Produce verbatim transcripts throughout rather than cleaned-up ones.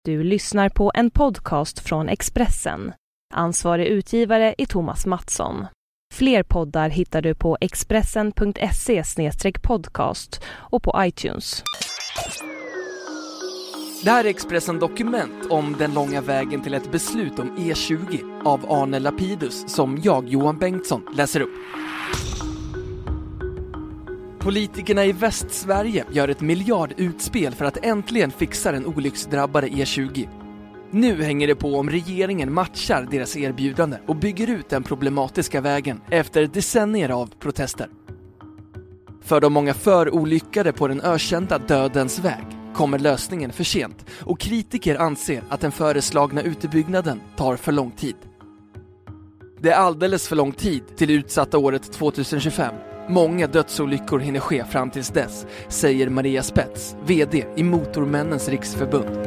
Du lyssnar på en podcast från Expressen. Ansvarig utgivare är Thomas Mattsson. Fler poddar hittar du på expressen punkt se slash podcast och på iTunes. Det här är Expressen Dokument om den långa vägen till ett beslut om E tjugo av Arne Lapidus som jag, Johan Bengtsson, läser upp. Politikerna i Västsverige gör ett miljardutspel för att äntligen fixa den olycksdrabbade E tjugo. Nu hänger det på om regeringen matchar deras erbjudande och bygger ut den problematiska vägen efter decennier av protester. För de många förolyckade på den ökända dödens väg kommer lösningen för sent och kritiker anser att den föreslagna utbyggnaden tar för lång tid. Det är alldeles för lång tid till utsatta året tjugohundratjugofem. Många dödsolyckor hinner ske fram tills dess, säger Maria Spets, vd i Motormännens riksförbund.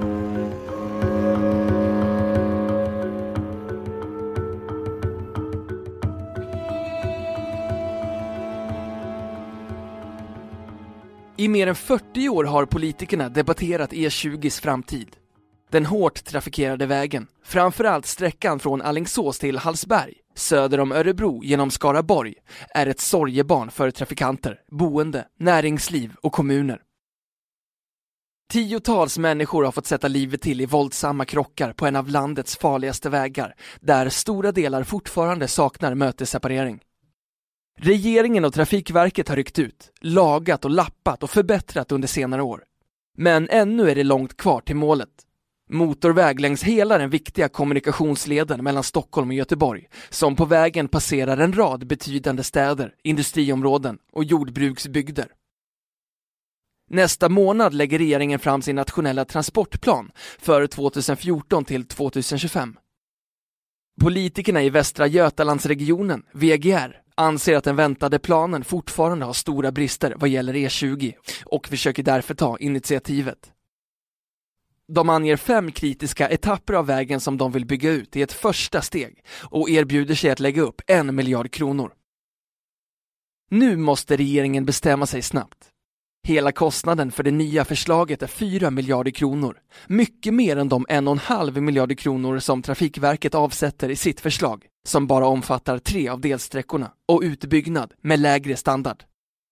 I mer än fyrtio år har politikerna debatterat E tjugos framtid. Den hårt trafikerade vägen, framförallt sträckan från Alingsås till Hallsberg, söder om Örebro genom Skaraborg, är ett sorgebarn för trafikanter, boende, näringsliv och kommuner. Tiotals människor har fått sätta livet till i våldsamma krockar på en av landets farligaste vägar, där stora delar fortfarande saknar mötesseparering. Regeringen och Trafikverket har ryckt ut, lagat och lappat och förbättrat under senare år. Men ännu är det långt kvar till målet. Motorväg längs hela den viktiga kommunikationsleden mellan Stockholm och Göteborg, som på vägen passerar en rad betydande städer, industriområden och jordbruksbygder. Nästa månad lägger regeringen fram sin nationella transportplan för tjugohundrafjorton till tjugohundratjugofem. Politikerna i Västra Götalandsregionen, V G R, anser att den väntade planen fortfarande har stora brister vad gäller E tjugo och försöker därför ta initiativet. De anger fem kritiska etapper av vägen som de vill bygga ut i ett första steg och erbjuder sig att lägga upp en miljard kronor. Nu måste regeringen bestämma sig snabbt. Hela kostnaden för det nya förslaget är fyra miljarder kronor, mycket mer än de en och en halv miljarder kronor som Trafikverket avsätter i sitt förslag, som bara omfattar tre av delsträckorna och utbyggnad med lägre standard.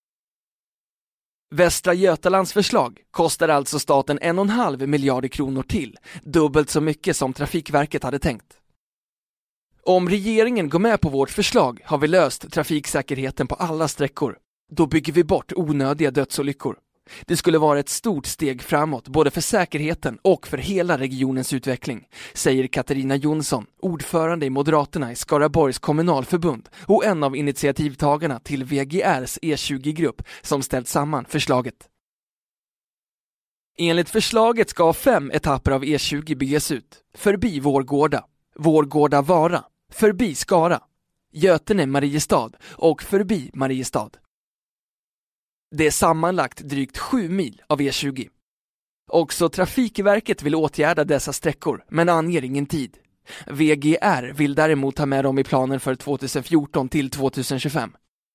Västra Götalands förslag kostar alltså staten en och en halv miljarder kronor till, dubbelt så mycket som Trafikverket hade tänkt. Om regeringen går med på vårt förslag har vi löst trafiksäkerheten på alla sträckor. Då bygger vi bort onödiga dödsolyckor. Det skulle vara ett stort steg framåt både för säkerheten och för hela regionens utveckling, säger Katarina Jonsson, ordförande i Moderaterna i Skaraborgs kommunalförbund och en av initiativtagarna till V G R:s E tjugo-grupp som ställt samman förslaget. Enligt förslaget ska fem etapper av E tjugo byggas ut, förbi Vårgårda, Vårgårda-Vara, förbi Skara, Götene-Mariestad och förbi Mariestad. Det är sammanlagt drygt sju mil av E tjugo. Också Trafikverket vill åtgärda dessa sträckor, men anger ingen tid. V G R vill däremot ta med dem i planen för tjugohundrafjorton till tjugohundratjugofem.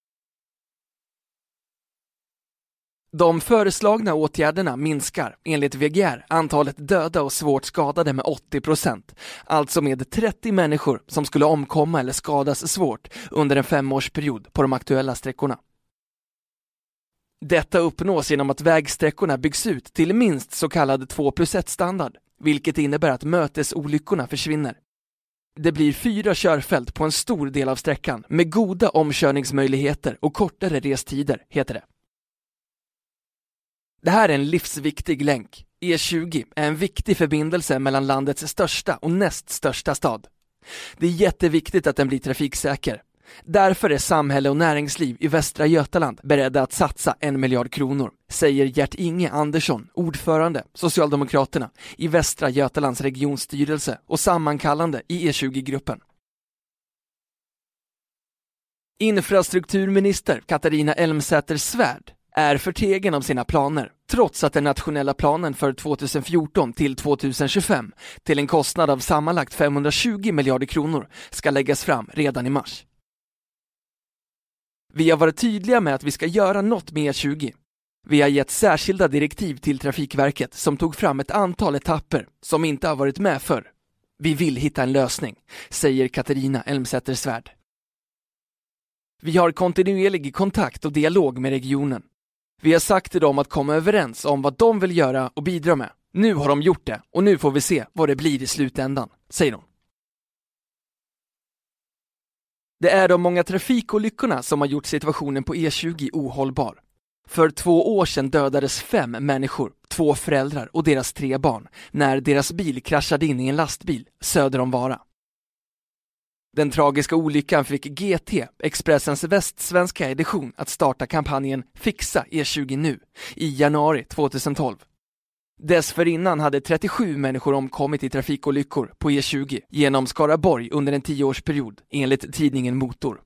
De föreslagna åtgärderna minskar, enligt V G R, antalet döda och svårt skadade med åttio procent, alltså med trettio människor som skulle omkomma eller skadas svårt under en femårsperiod på de aktuella sträckorna. Detta uppnås genom att vägsträckorna byggs ut till minst så kallad två plus ett standard, vilket innebär att mötesolyckorna försvinner. Det blir fyra körfält på en stor del av sträckan med goda omkörningsmöjligheter och kortare restider, heter det. Det här är en livsviktig länk. E tjugo är en viktig förbindelse mellan landets största och näst största stad. Det är jätteviktigt att den blir trafiksäker. Därför är samhälle och näringsliv i Västra Götaland beredda att satsa en miljard kronor, säger Gert-Inge Andersson, ordförande Socialdemokraterna i Västra Götalands regionstyrelse och sammankallande i E tjugo-gruppen. Infrastrukturminister Katarina Elmsäter-Svärd är förtegen om sina planer, trots att den nationella planen för tjugohundrafjorton till tjugohundratjugofem till en kostnad av sammanlagt femhundratjugo miljarder kronor ska läggas fram redan i mars. Vi har varit tydliga med att vi ska göra något med E tjugo. Vi har gett särskilda direktiv till Trafikverket som tog fram ett antal etapper som inte har varit med förr. Vi vill hitta en lösning, säger Katarina Elmsäter-Svärd. Vi har kontinuerlig kontakt och dialog med regionen. Vi har sagt till dem att komma överens om vad de vill göra och bidra med. Nu har de gjort det och nu får vi se vad det blir i slutändan, säger hon. Det är de många trafikolyckorna som har gjort situationen på E tjugo ohållbar. För två år sedan dödades fem människor, två föräldrar och deras tre barn, när deras bil kraschade in i en lastbil söder om Vara. Den tragiska olyckan fick G T, Expressens västsvenska edition, att starta kampanjen Fixa E tjugo nu i januari tjugohundratolv. Dessförinnan hade trettiosju människor omkommit i trafikolyckor på E tjugo genom Skaraborg under en tioårsperiod, enligt tidningen Motor.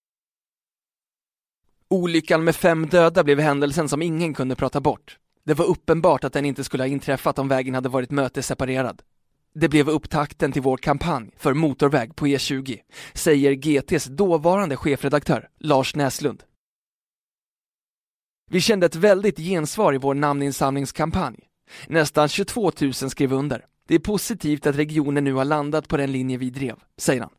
Olyckan med fem döda blev händelsen som ingen kunde prata bort. Det var uppenbart att den inte skulle ha inträffat om vägen hade varit mötesseparerad. Det blev upptakten till vår kampanj för motorväg på E tjugo, säger G T:s dåvarande chefredaktör Lars Näslund. Vi kände ett väldigt gensvar i vår namninsamlingskampanj. Nästan tjugotvå tusen skrev under. Det är positivt att regionen nu har landat på den linje vi drev, säger han.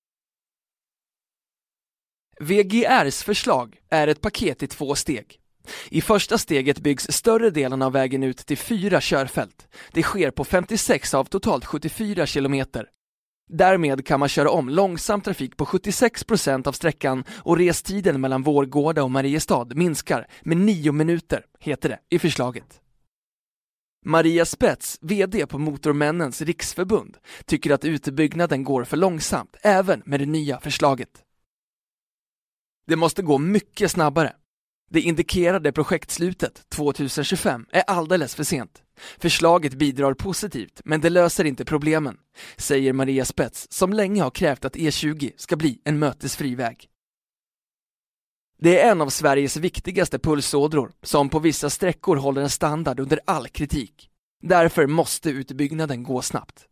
V G R:s förslag är ett paket i två steg. I första steget byggs större delen av vägen ut till fyra körfält. Det sker på femtiosex av totalt sjuttiofyra kilometer. Därmed kan man köra om långsam trafik på sjuttiosex procent av sträckan och restiden mellan Vårgårda och Mariestad minskar med nio minuter, heter det i förslaget. Maria Spets, vd på Motormännens riksförbund, tycker att utbyggnaden går för långsamt även med det nya förslaget. Det måste gå mycket snabbare. Det indikerade projektslutet tjugohundratjugofem är alldeles för sent. Förslaget bidrar positivt, men det löser inte problemen, säger Maria Spets, som länge har krävt att E tjugo ska bli en mötesfri väg. Det är en av Sveriges viktigaste pulsådror som på vissa sträckor håller en standard under all kritik. Därför måste utbyggnaden gå snabbt.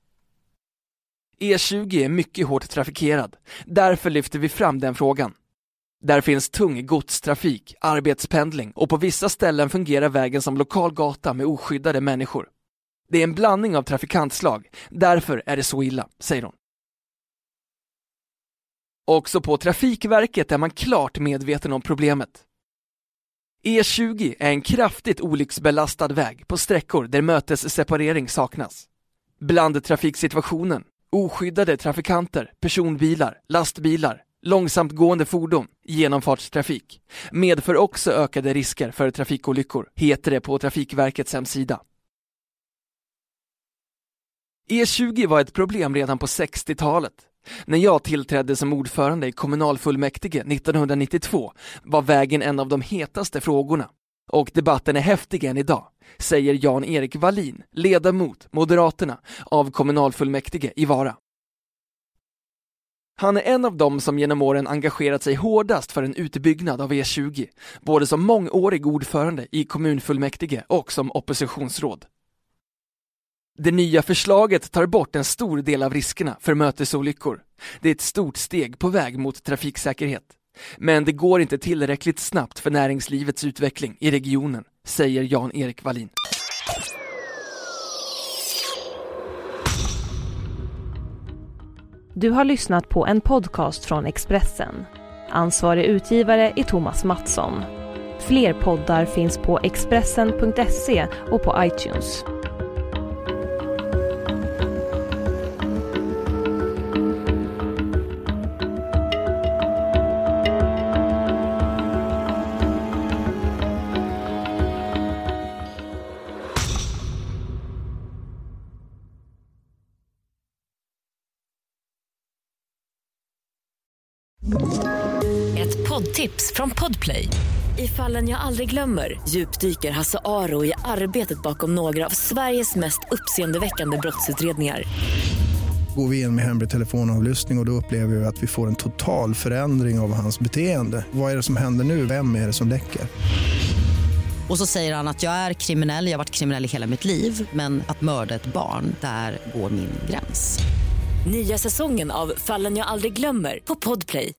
E tjugo är mycket hårt trafikerad. Därför lyfter vi fram den frågan. Där finns tung godstrafik, arbetspendling och på vissa ställen fungerar vägen som lokal gata med oskyddade människor. Det är en blandning av trafikantslag, därför är det så illa, säger hon. Också på Trafikverket är man klart medveten om problemet. E tjugo är en kraftigt olycksbelastad väg på sträckor där mötesseparering saknas. Bland trafiksituationen, oskyddade trafikanter, personbilar, lastbilar, långsamt gående fordon, genomfartstrafik medför också ökade risker för trafikolyckor, heter det på Trafikverkets hemsida. E tjugo var ett problem redan på sextiotalet. När jag tillträdde som ordförande i kommunalfullmäktige nittonhundranittiotvå var vägen en av de hetaste frågorna. Och debatten är häftig än idag, säger Jan-Erik Wallin, ledamot Moderaterna av kommunalfullmäktige i Vara. Han är en av dem som genom åren engagerat sig hårdast för en utbyggnad av E tjugo, både som mångårig ordförande i kommunfullmäktige och som oppositionsråd. Det nya förslaget tar bort en stor del av riskerna för mötesolyckor. Det är ett stort steg på väg mot trafiksäkerhet. Men det går inte tillräckligt snabbt för näringslivets utveckling i regionen, säger Jan-Erik Wallin. Du har lyssnat på en podcast från Expressen. Ansvarig utgivare är Thomas Mattsson. Fler poddar finns på expressen punkt se och på iTunes. Ett poddtips från Podplay. I Fallen jag aldrig glömmer djupdyker Hasse Aro i arbetet bakom några av Sveriges mest uppseendeväckande brottsutredningar. Går vi in med hemlig telefonavlyssning och, och då upplever vi att vi får en total förändring av hans beteende. Vad är det som händer nu? Vem är det som läcker? Och så säger han att jag är kriminell, jag har varit kriminell i hela mitt liv. Men att mörda ett barn, där går min gräns. Nya säsongen av Fallen jag aldrig glömmer på Podplay.